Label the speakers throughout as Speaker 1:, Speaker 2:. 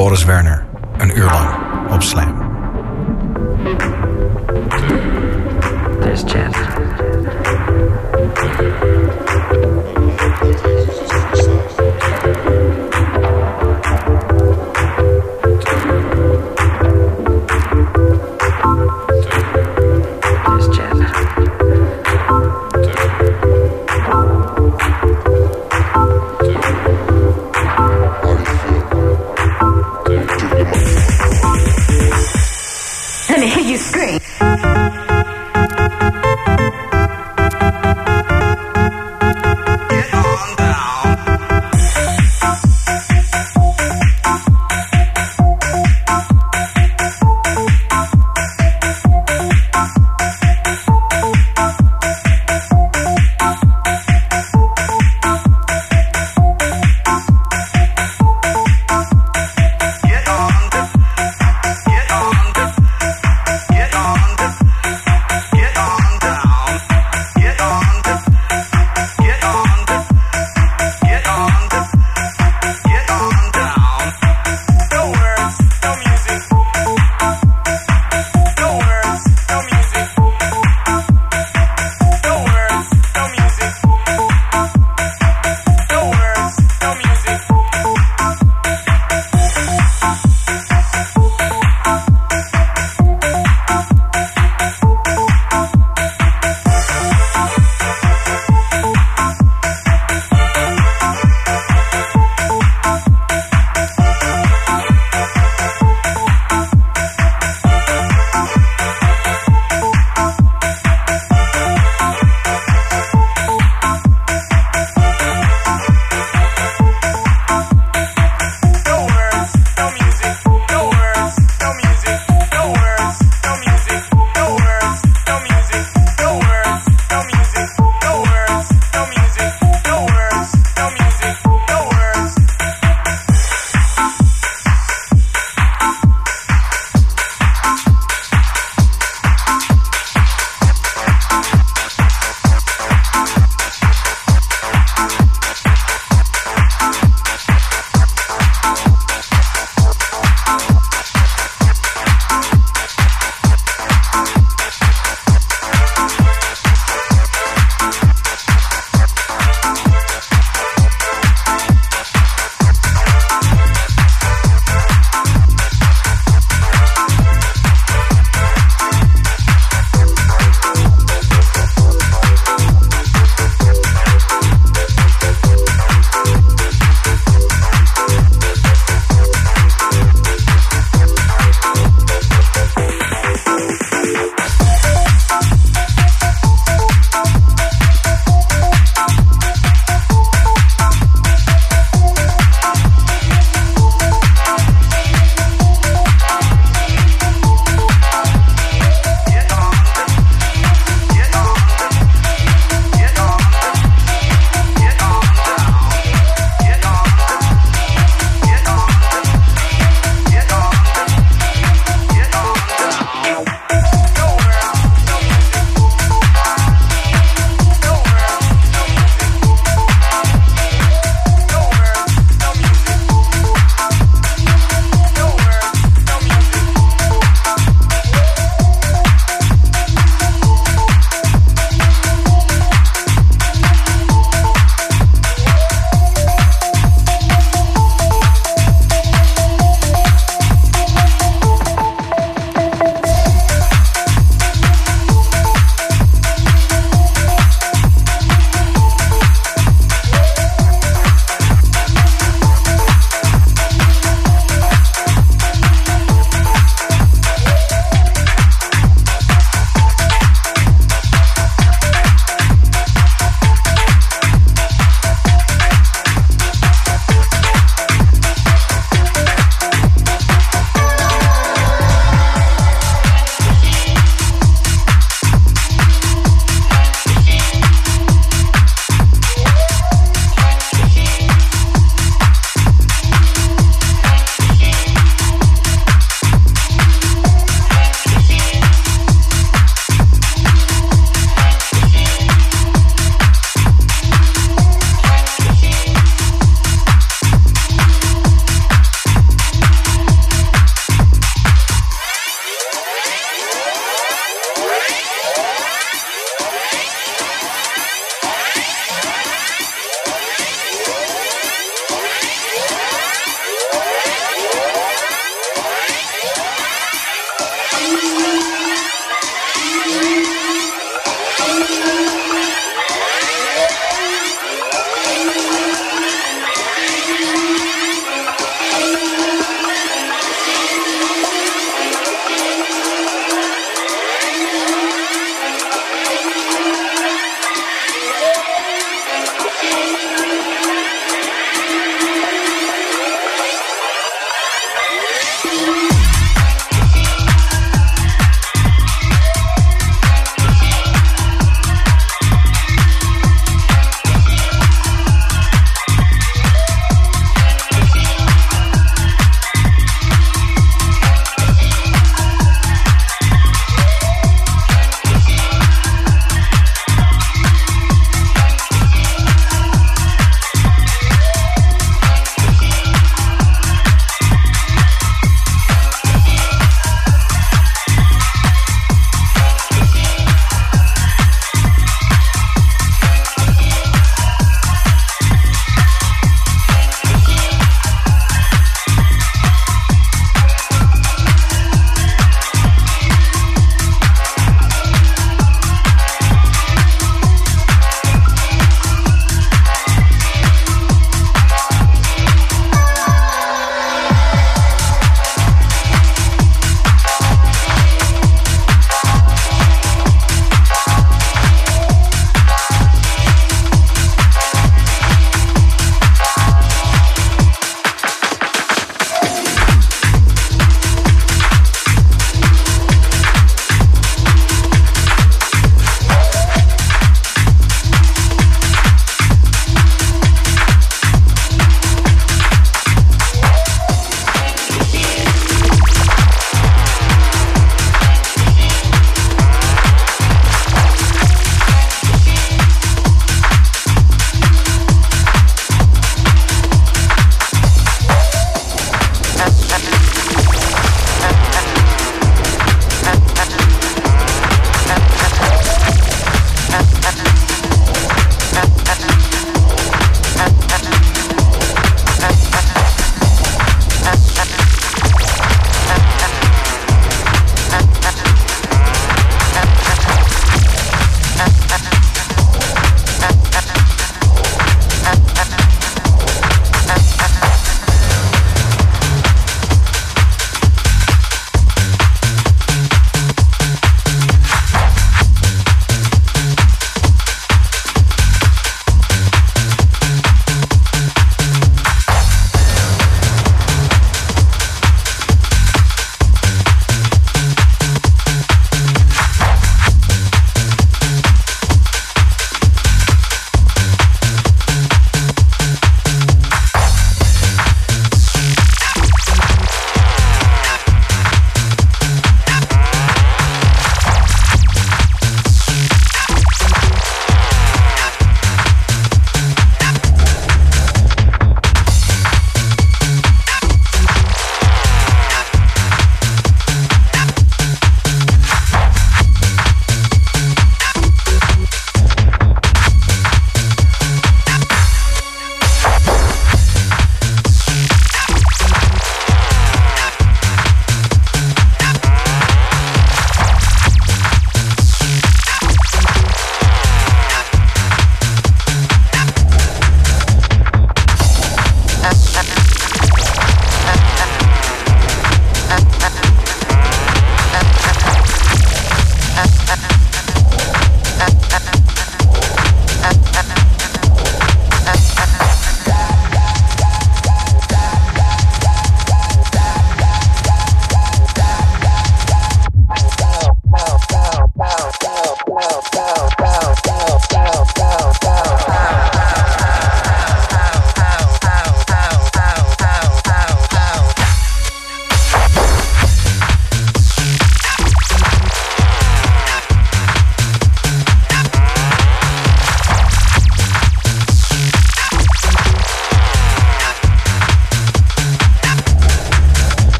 Speaker 1: Boris Werner. Een uur lang op Slam.
Speaker 2: There's Jen.
Speaker 3: Let me hear you scream.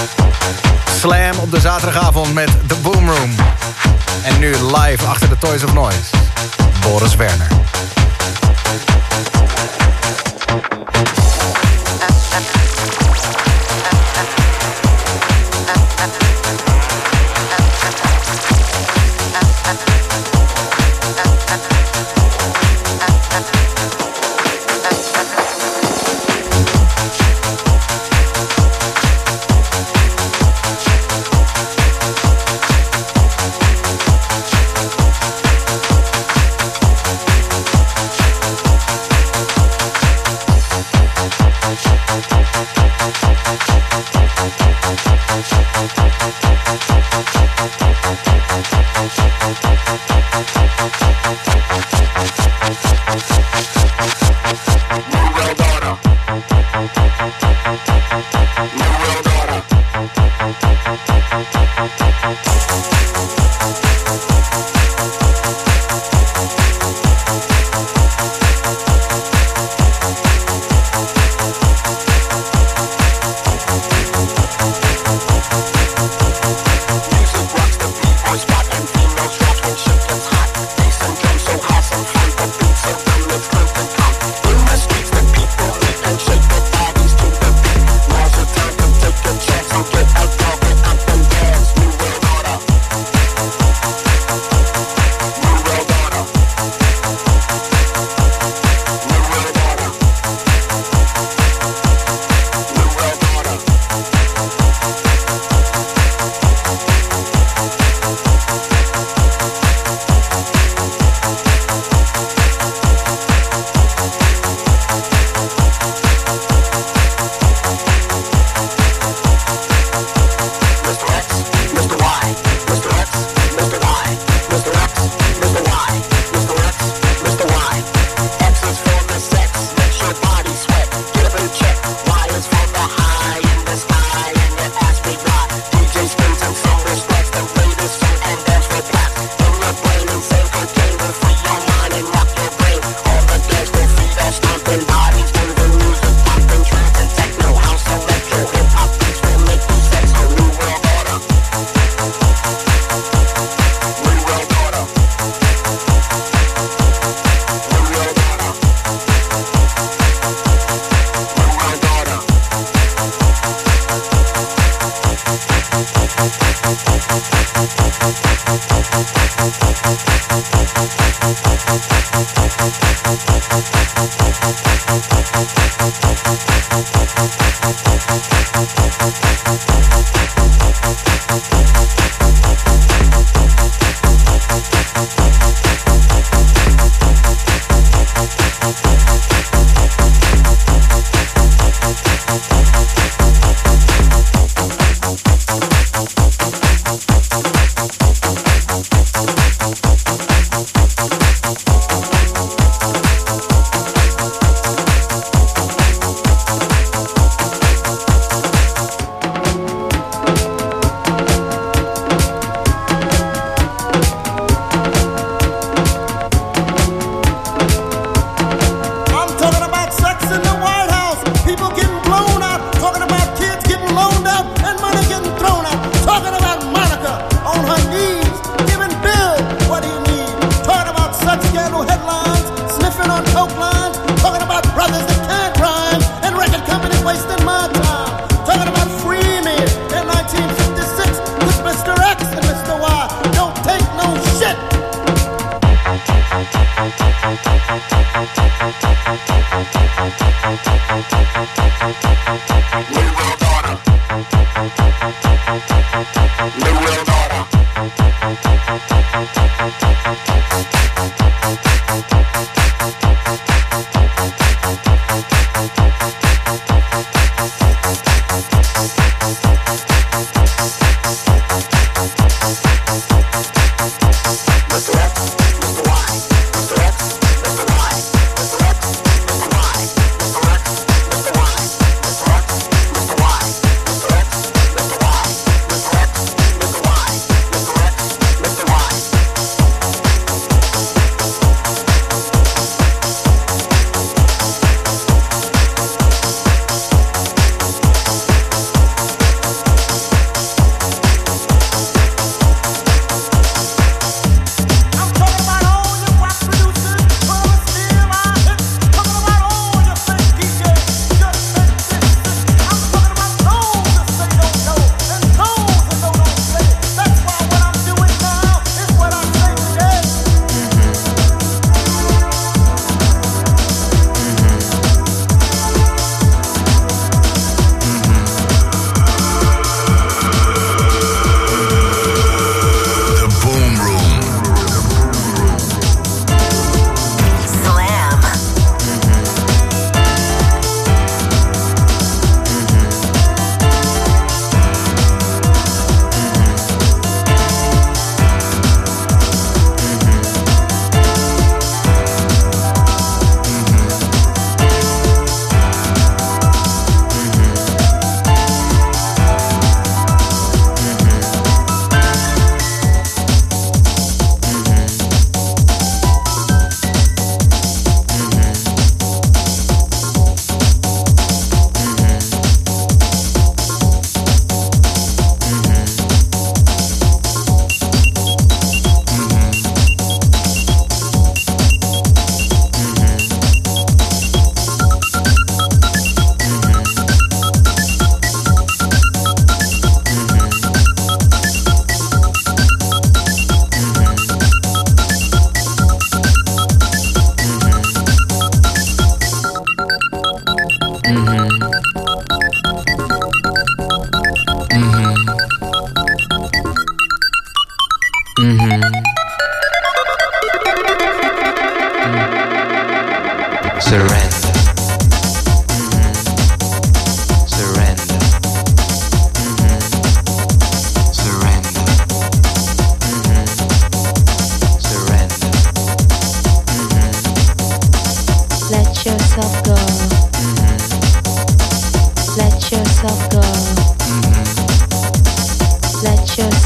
Speaker 1: Slam op de zaterdagavond met The Boom Room. En nu live achter de Toys of Noise, Boris Werner.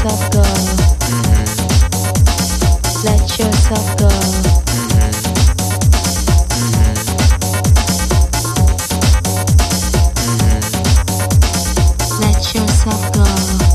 Speaker 3: yourself go. Let yourself go. Let yourself go.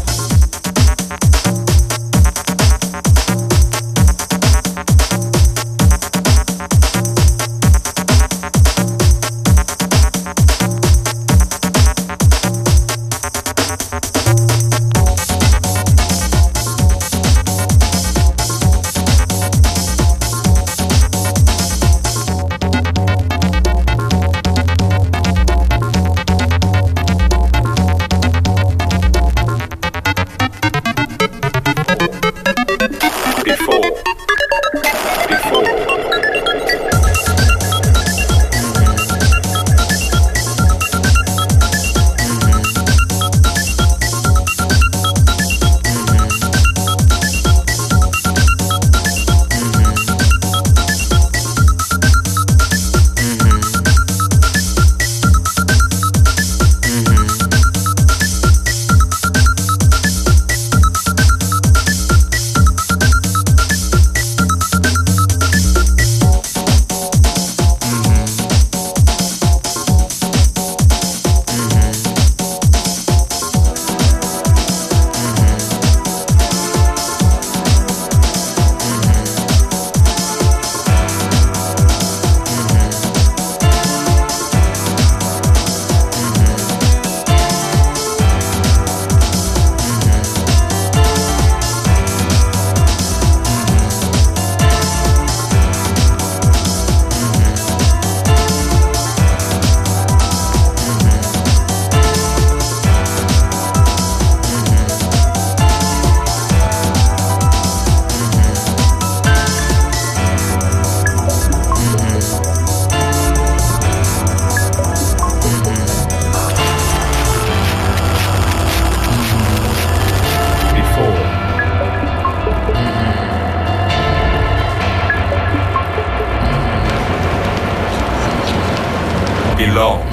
Speaker 4: Belong.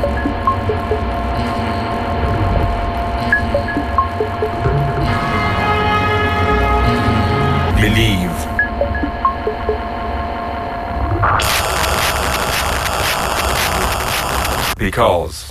Speaker 4: Believe. Because.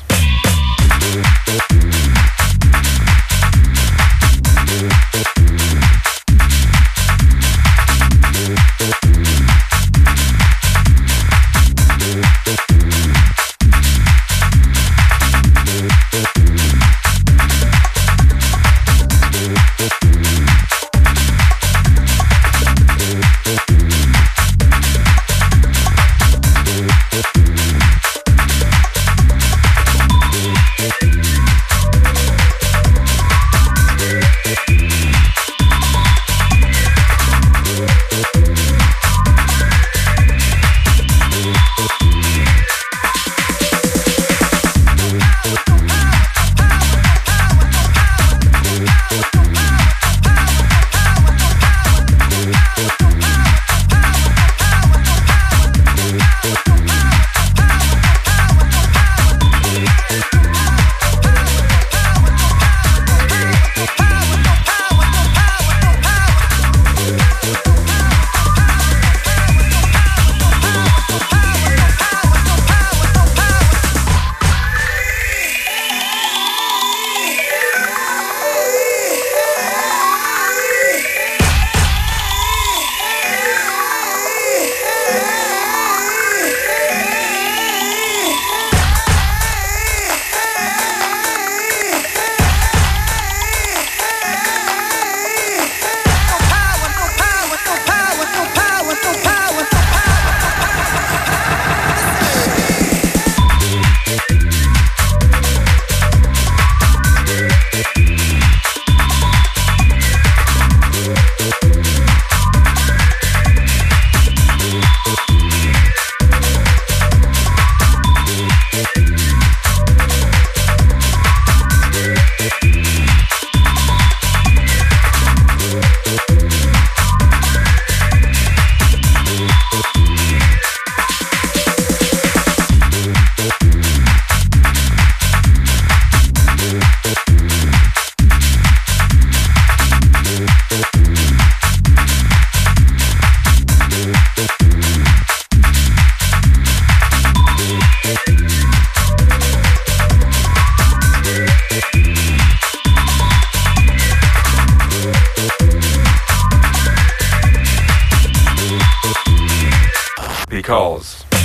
Speaker 4: Calls.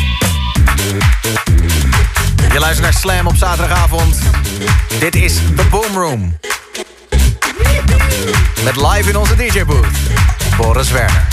Speaker 1: Je luistert naar Slam op zaterdagavond. Dit is The Boom Room. Met live in onze DJ-booth, Boris Werner.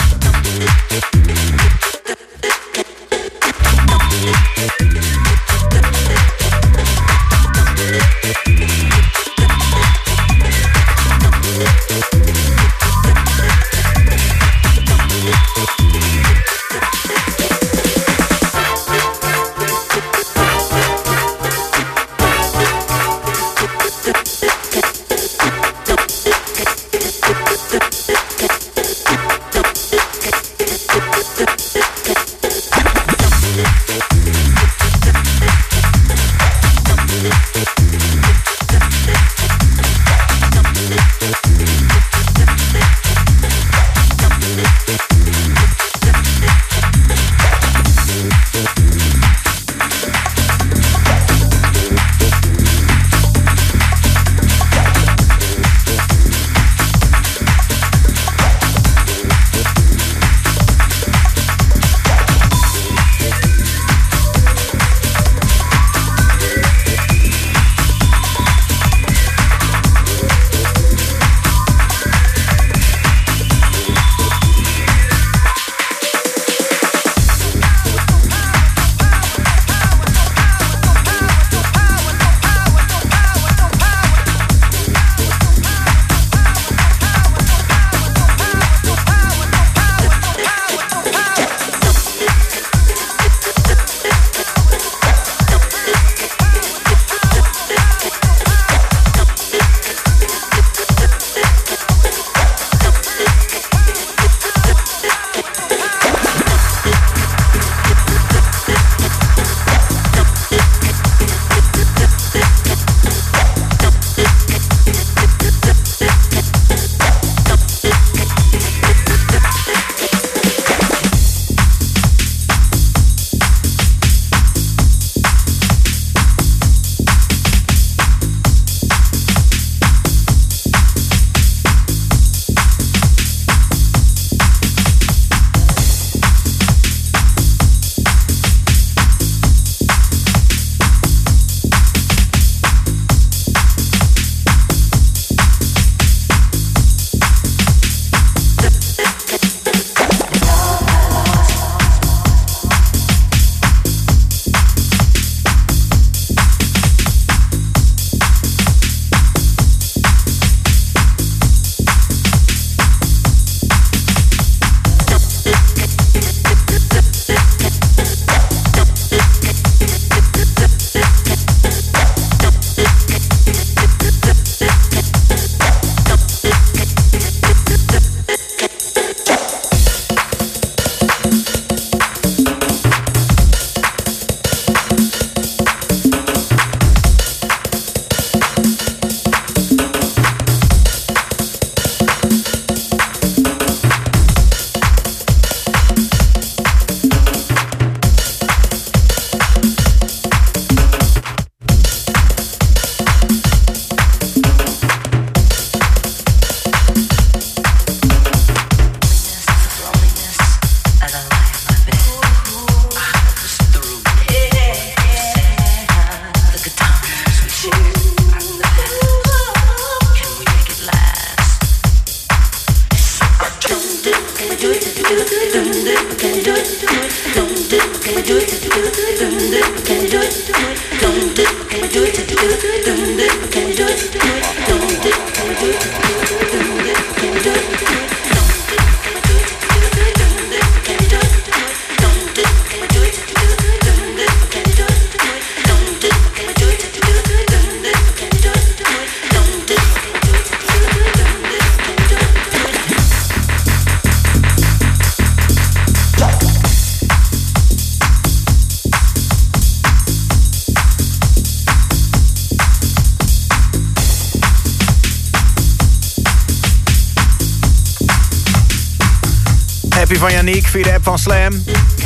Speaker 1: Van Yannick via de app van Slam.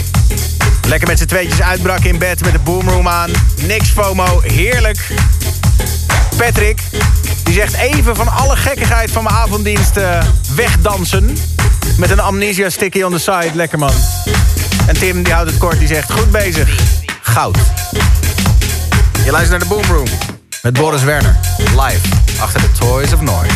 Speaker 1: Lekker met z'n tweetjes uitbrak in bed met de boomroom aan. Niks FOMO, heerlijk. Patrick, die zegt even van alle gekkigheid van mijn avonddienst wegdansen. Met een amnesia sticky on the side, lekker man. En Tim die houdt het kort, die zegt goed bezig. Goud. Je luistert naar de Boom Room. Met Boris Werner. Live. Achter de Toys of Noise.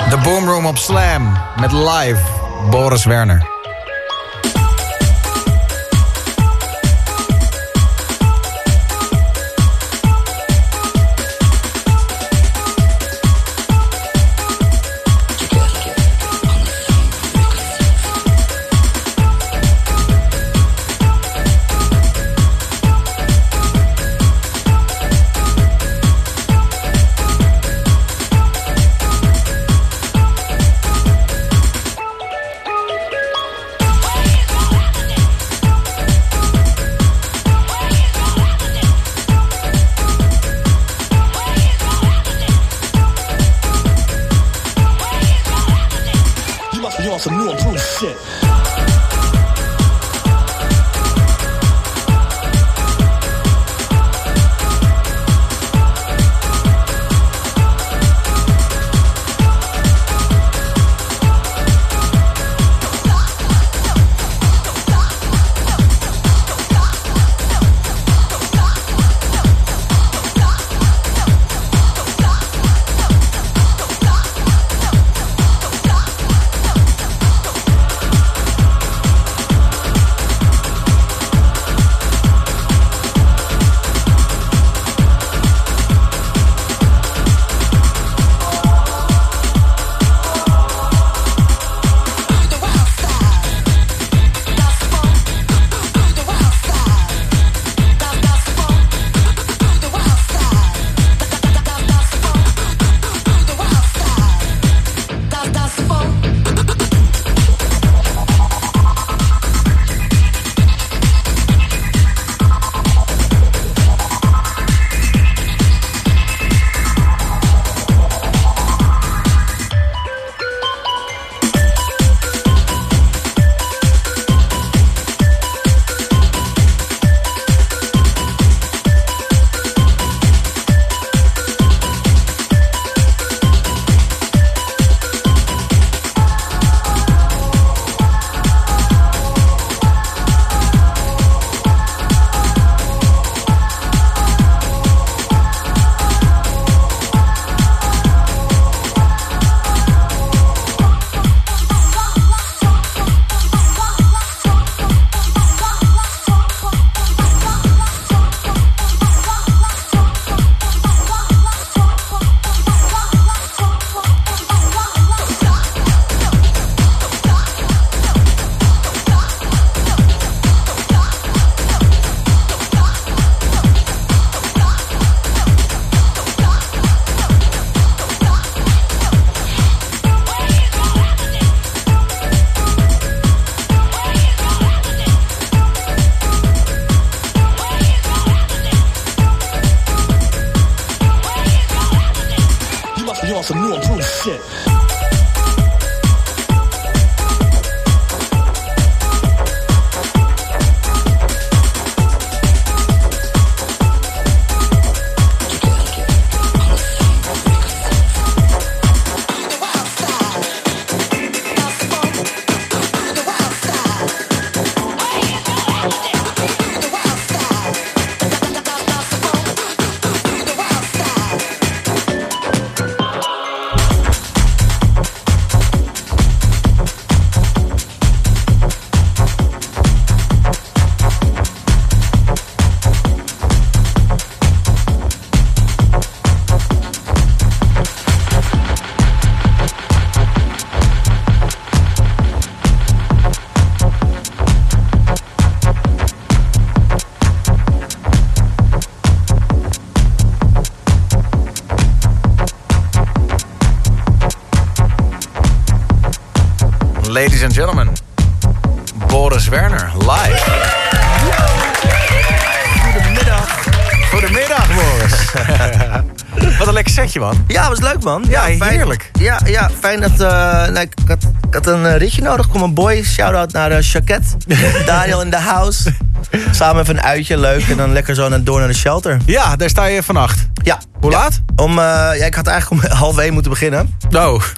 Speaker 1: De Boomroom op Slam met live Boris Werner.
Speaker 5: Some new improved shit. Some new improved shit.
Speaker 1: Ladies and gentlemen, Boris Werner, live. Goedemiddag, Boris. Wat een lekker setje, man.
Speaker 6: Ja, was leuk, man.
Speaker 1: Ja,
Speaker 6: fijn.
Speaker 1: heerlijk.
Speaker 6: Ja, fijn dat... ik had een ritje nodig. Kom een boy. Shout-out naar Chaket. Daniel in the house. Samen even een uitje, leuk. En dan lekker zo door naar de shelter.
Speaker 1: Ja, daar sta je vannacht.
Speaker 6: Ja.
Speaker 1: Hoe laat?
Speaker 6: Ik had eigenlijk om 12:30 moeten beginnen.
Speaker 1: Oh.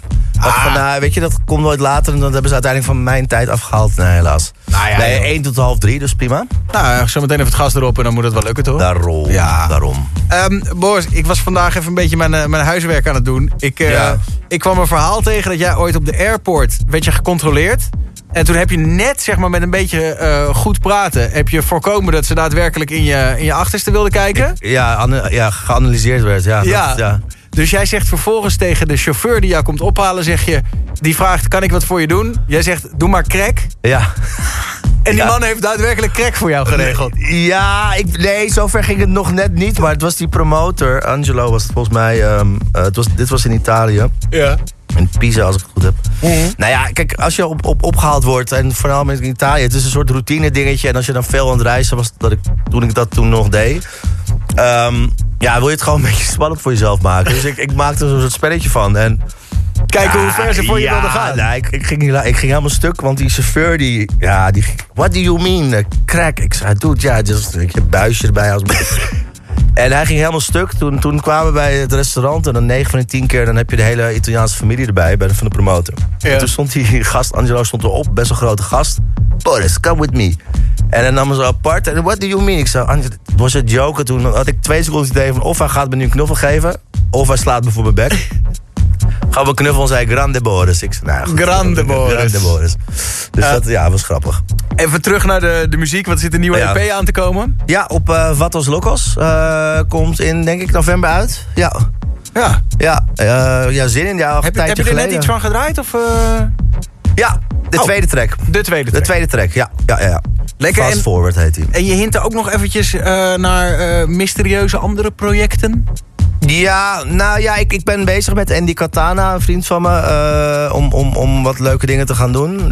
Speaker 6: Of van, nou, weet je, dat komt nooit later. En dat hebben ze uiteindelijk van mijn tijd afgehaald. Nee, helaas.
Speaker 1: Nou ja,
Speaker 6: nee,
Speaker 1: joh.
Speaker 6: 1 tot half 3, dus prima.
Speaker 1: Nou, zometeen even het gas erop en dan moet het wel lukken, toch?
Speaker 6: Daarom.
Speaker 1: Ja.
Speaker 6: Daarom.
Speaker 1: Boris, ik was vandaag even een beetje mijn huiswerk aan het doen. Ik kwam een verhaal tegen dat jij ooit op de airport werd je gecontroleerd. En toen heb je net, zeg maar, met een beetje goed praten... heb je voorkomen dat ze daadwerkelijk in je achterste wilden kijken.
Speaker 6: Geanalyseerd werd. Ja.
Speaker 1: Dus jij zegt vervolgens tegen de chauffeur die jou komt ophalen... zeg je, die vraagt, kan ik wat voor je doen? Jij zegt, doe maar crack.
Speaker 6: Ja.
Speaker 1: En die man heeft daadwerkelijk crack voor jou geregeld.
Speaker 6: Ja, nee, zover ging het nog net niet. Maar het was die promotor, Angelo was het volgens mij. Dit was in Italië.
Speaker 1: Ja.
Speaker 6: In Pisa, als ik het goed heb. Nou ja, kijk, als je opgehaald wordt... en voornamelijk in Italië, het is een soort routine dingetje... en als je dan veel aan het reizen was, toen ik dat toen nog deed... wil je het gewoon een beetje spannend voor jezelf maken. Dus ik maakte er zo'n soort spelletje van. En
Speaker 1: kijken hoe ver ze voor je wilden gaan.
Speaker 6: Nou, ik ging helemaal stuk, want die chauffeur die what do you mean? Crack. Ik zei, dude, just een buisje erbij als... En hij ging helemaal stuk. Toen kwamen we bij het restaurant. En dan 9 van de 10 keer dan heb je de hele Italiaanse familie erbij. Van de promotor.
Speaker 1: Ja.
Speaker 6: En toen stond die gast, Angelo stond erop. Best wel grote gast. Boris, come with me. En dan namen ze apart. En what do you mean? Ik zei, het was een joke. En toen had ik 2 seconden het idee van... of hij gaat me nu een knuffel geven. Of hij slaat me voor mijn bek. Gaan we knuffel en zei Grande Boris. Ik zei, nou, goed,
Speaker 1: Grande Boris.
Speaker 6: Dus dat was grappig.
Speaker 1: Even terug naar de muziek. Wat zit een nieuwe EP aan te komen?
Speaker 6: Ja, op Vatos Locos. Komt in, denk ik, november uit. Ja. Ja, zin in. Ja,
Speaker 1: Heb je er net iets van gedraaid? Of,
Speaker 6: Ja, de tweede track.
Speaker 1: De tweede track.
Speaker 6: De tweede track, ja.
Speaker 1: Lekker.
Speaker 6: Fast Forward heet hij.
Speaker 1: En je hint ook nog eventjes naar mysterieuze andere projecten?
Speaker 6: Ja, nou ja, ik ben bezig met Andy Katana, een vriend van me, om wat leuke dingen te gaan doen.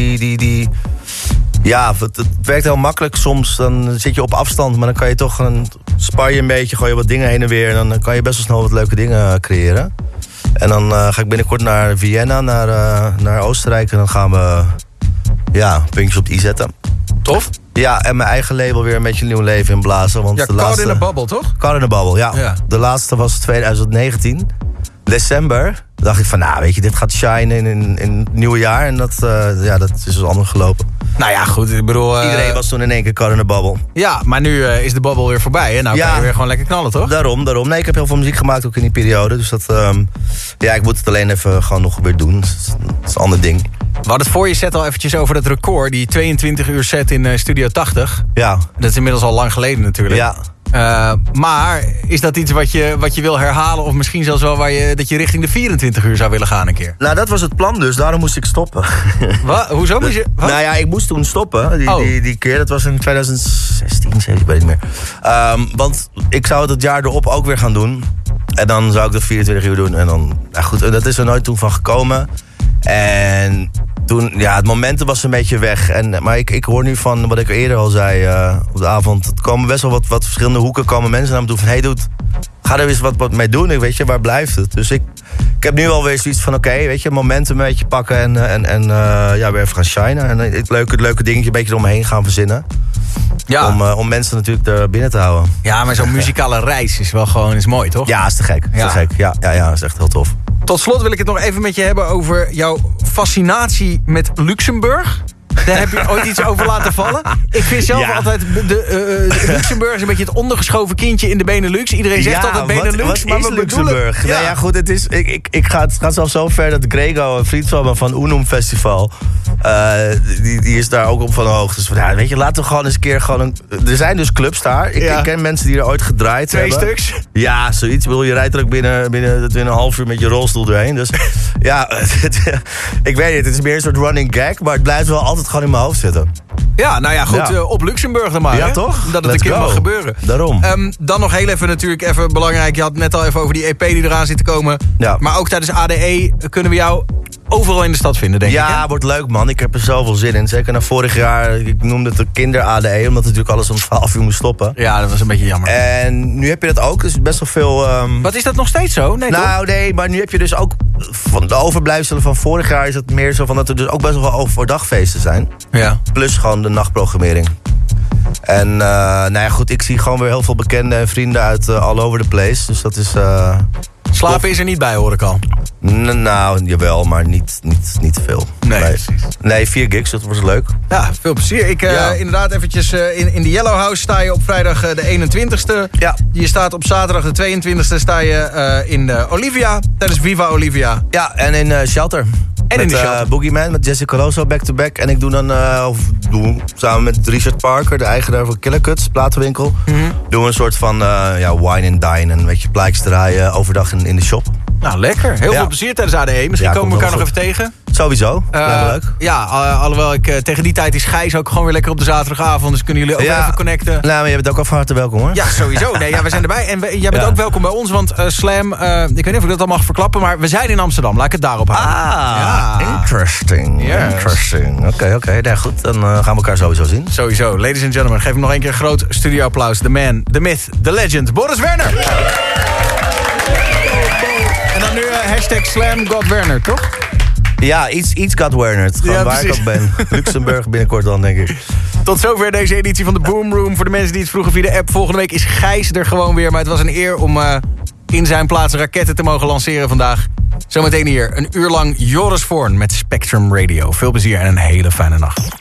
Speaker 6: Het werkt heel makkelijk soms. Dan zit je op afstand, maar dan kan je toch spar je een beetje, gooi je wat dingen heen en weer. En dan kan je best wel snel wat leuke dingen creëren. En dan ga ik binnenkort naar Vienna, naar Oostenrijk. En dan gaan we puntjes op de i zetten.
Speaker 1: Tof.
Speaker 6: Ja, en mijn eigen label weer een beetje nieuw leven inblazen. Want de laatste...
Speaker 1: Caught in a Bubble, toch?
Speaker 6: Caught in a Bubble, ja. De laatste was 2019. December. Dacht ik van, weet je, dit gaat shinen in het nieuwe jaar. En dat is dus anders gelopen.
Speaker 1: Nou ja, goed, ik bedoel...
Speaker 6: Iedereen was toen in één keer Caught in a Bubble.
Speaker 1: Ja, maar nu is de babbel weer voorbij. En nou kan je weer gewoon lekker knallen, toch?
Speaker 6: Daarom. Nee, ik heb heel veel muziek gemaakt ook in die periode. Dus dat, ik moet het alleen even gewoon nog weer doen. Dat is een ander ding.
Speaker 1: We hadden het voor je set al eventjes over dat record. Die 22 uur set in Studio 80.
Speaker 6: Ja.
Speaker 1: Dat is inmiddels al lang geleden natuurlijk.
Speaker 6: Ja.
Speaker 1: Maar is dat iets wat je wil herhalen? Of misschien zelfs wel dat je richting de 24 uur zou willen gaan een keer?
Speaker 6: Nou, dat was het plan dus. Daarom moest ik stoppen.
Speaker 1: Wat? Hoezo moest je... Wat?
Speaker 6: Nou ja, ik moest toen stoppen. Die keer. Dat was in 2016, ik weet niet meer. Want ik zou het jaar erop ook weer gaan doen. En dan zou ik dat 24 uur doen. En dan... Nou goed, dat is er nooit toen van gekomen. En... Toen, het momentum was een beetje weg. Maar ik hoor nu van wat ik eerder al zei op de avond. Er komen best wel wat verschillende hoeken. Komen mensen naar me toe van... Hey, dude, ga er eens wat mee doen. Weet je, waar blijft het? Dus ik heb nu alweer zoiets van... Oké, weet je, momentum een beetje pakken. En weer even gaan shinen. En het leuke dingetje een beetje eromheen gaan verzinnen. Ja. Om mensen natuurlijk er binnen te houden.
Speaker 1: Ja, maar zo'n muzikale reis is wel gewoon mooi, toch?
Speaker 6: Ja, is te gek. Ja, is echt heel tof.
Speaker 1: Tot slot wil ik het nog even met je hebben over jouw fascinatie met Luxemburg. Daar heb je ooit iets over laten vallen. Ik vind zelf altijd... Luxemburg is een beetje het ondergeschoven kindje in de Benelux. Iedereen zegt altijd Benelux,
Speaker 6: maar we Luxemburg? Nou ja, goed, het is... Ik ga zelfs zo ver dat Grego, een vriend van me van Unum Festival... die is daar ook op van de hoogte. Dus weet je, laten we gewoon eens een keer... er zijn dus clubs daar. Ik ken mensen die er ooit gedraaid hebben.
Speaker 1: 2 stuks?
Speaker 6: Ja, zoiets. Je rijdt er ook binnen een half uur met je rolstoel doorheen. Dus ik weet niet, het is meer een soort running gag... maar het blijft wel altijd gewoon in mijn hoofd zitten.
Speaker 1: Ja, nou ja, goed. Op Luxemburg dan maar.
Speaker 6: Ja,
Speaker 1: hè?
Speaker 6: toch?
Speaker 1: Dat het een keer mag gebeuren.
Speaker 6: Daarom.
Speaker 1: Dan nog heel even belangrijk. Je had het net al even over die EP die eraan zit te komen. Ja. Maar ook tijdens ADE kunnen we jou overal in de stad vinden, denk ik.
Speaker 6: Ja, wordt leuk, man. Ik heb er zoveel zin in. Zeker na vorig jaar, ik noemde het de kinder-ADE... omdat natuurlijk alles om 12 uur moest stoppen.
Speaker 1: Ja, dat was een beetje jammer.
Speaker 6: En nu heb je dat ook, dus best wel veel...
Speaker 1: Wat is dat nog steeds zo? Nee, toch?
Speaker 6: Nee, maar nu heb je dus ook... van de overblijfselen van vorig jaar is het meer zo van... dat er dus ook best wel overdagfeesten zijn. Ja. Plus gewoon de nachtprogrammering. En goed, ik zie gewoon weer heel veel bekenden en vrienden uit all over the place. Dus dat is...
Speaker 1: Slapen is er niet bij, hoor ik al.
Speaker 6: Nou, jawel, maar niet te veel.
Speaker 1: Nee, precies.
Speaker 6: Nee, 4 gigs, dat was leuk.
Speaker 1: Ja, veel plezier. Inderdaad eventjes in de Yellow House sta je op vrijdag de 21ste.
Speaker 6: Ja.
Speaker 1: Je staat op zaterdag de 22ste sta je in de Olivia, tijdens Viva Olivia.
Speaker 6: Ja, en in Shelter.
Speaker 1: En
Speaker 6: met,
Speaker 1: in de Shelter.
Speaker 6: Boogeyman, met Jesse Coloso back-to-back. En ik doe dan, samen met Richard Parker, de eigenaar van Killer Cuts, platenwinkel. Doen we een soort van wine and dine. En weet je, plaatjes draaien overdag in de shop.
Speaker 1: Nou, lekker. Heel veel plezier tijdens ADE. Misschien komen we elkaar nog even tegen.
Speaker 6: Sowieso, leuk.
Speaker 1: Ja, alhoewel ik tegen die tijd is Gijs ook gewoon weer lekker op de zaterdagavond. Dus kunnen jullie ook even connecten.
Speaker 6: Nou, maar je bent ook al van harte welkom, hoor.
Speaker 1: Ja, sowieso. Nee, we zijn erbij. En jij bent ook welkom bij ons, want Slam, ik weet niet of ik dat al mag verklappen, maar we zijn in Amsterdam. Laat ik het daarop houden.
Speaker 6: Interesting.
Speaker 1: Yes.
Speaker 6: Interesting. Oké. Nou goed, dan gaan we elkaar sowieso zien.
Speaker 1: Sowieso. Ladies and gentlemen, geef hem nog een keer een groot studio-applaus. The man, the myth, the legend, Boris Werner. En dan nu hashtag Slam God Werner, toch?
Speaker 6: Ja, iets got Werner. Gewoon waar
Speaker 1: precies.
Speaker 6: ik ook ben. Luxemburg binnenkort dan, denk ik.
Speaker 1: Tot zover deze editie van de Boom Room. Voor de mensen die het vroegen via de app. Volgende week is Gijs er gewoon weer. Maar het was een eer om in zijn plaats raketten te mogen lanceren vandaag. Zometeen hier een uur lang Joris Voorn met Spectrum Radio. Veel plezier en een hele fijne nacht.